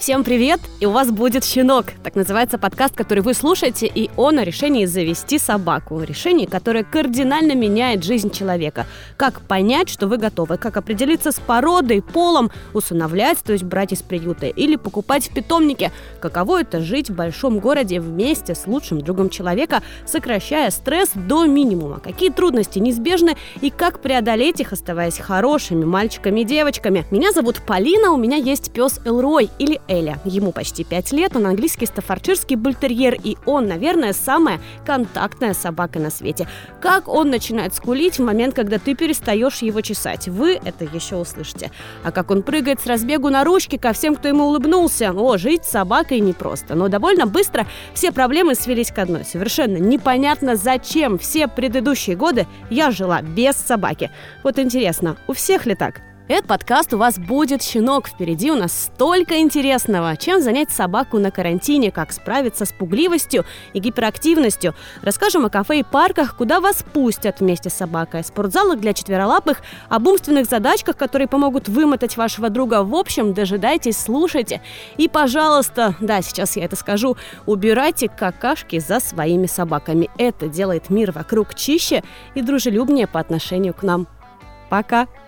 Всем привет! И у вас будет «Щенок». Так называется подкаст, который вы слушаете, и он о решении завести собаку. Решение, которое кардинально меняет жизнь человека. Как понять, что вы готовы, как определиться с породой, полом, усыновлять, то есть брать из приюта, или покупать в питомнике. Каково это жить в большом городе вместе с лучшим другом человека, сокращая стресс до минимума. Какие трудности неизбежны и как преодолеть их, оставаясь хорошими мальчиками и девочками. Меня зовут Полина, у меня есть пес Элрой, или Эля. Ему почти 5 лет, он английский стаффордширский бультерьер, и он, наверное, самая контактная собака на свете. Как он начинает скулить в момент, когда ты перестаешь его чесать? Вы это еще услышите. А как он прыгает с разбегу на ручки ко всем, кто ему улыбнулся. Жить с собакой непросто. Но довольно быстро все проблемы свелись к одной. Совершенно непонятно, зачем все предыдущие годы я жила без собаки. Вот интересно, у всех ли так? Этот подкаст у вас будет «Щенок». Впереди у нас столько интересного. Чем занять собаку на карантине, как справиться с пугливостью и гиперактивностью. Расскажем о кафе и парках, куда вас пустят вместе с собакой, спортзалах для четверолапых, об умственных задачках, которые помогут вымотать вашего друга. В общем, дожидайтесь, слушайте. И, пожалуйста, сейчас я это скажу, убирайте какашки за своими собаками. Это делает мир вокруг чище и дружелюбнее по отношению к нам. Пока!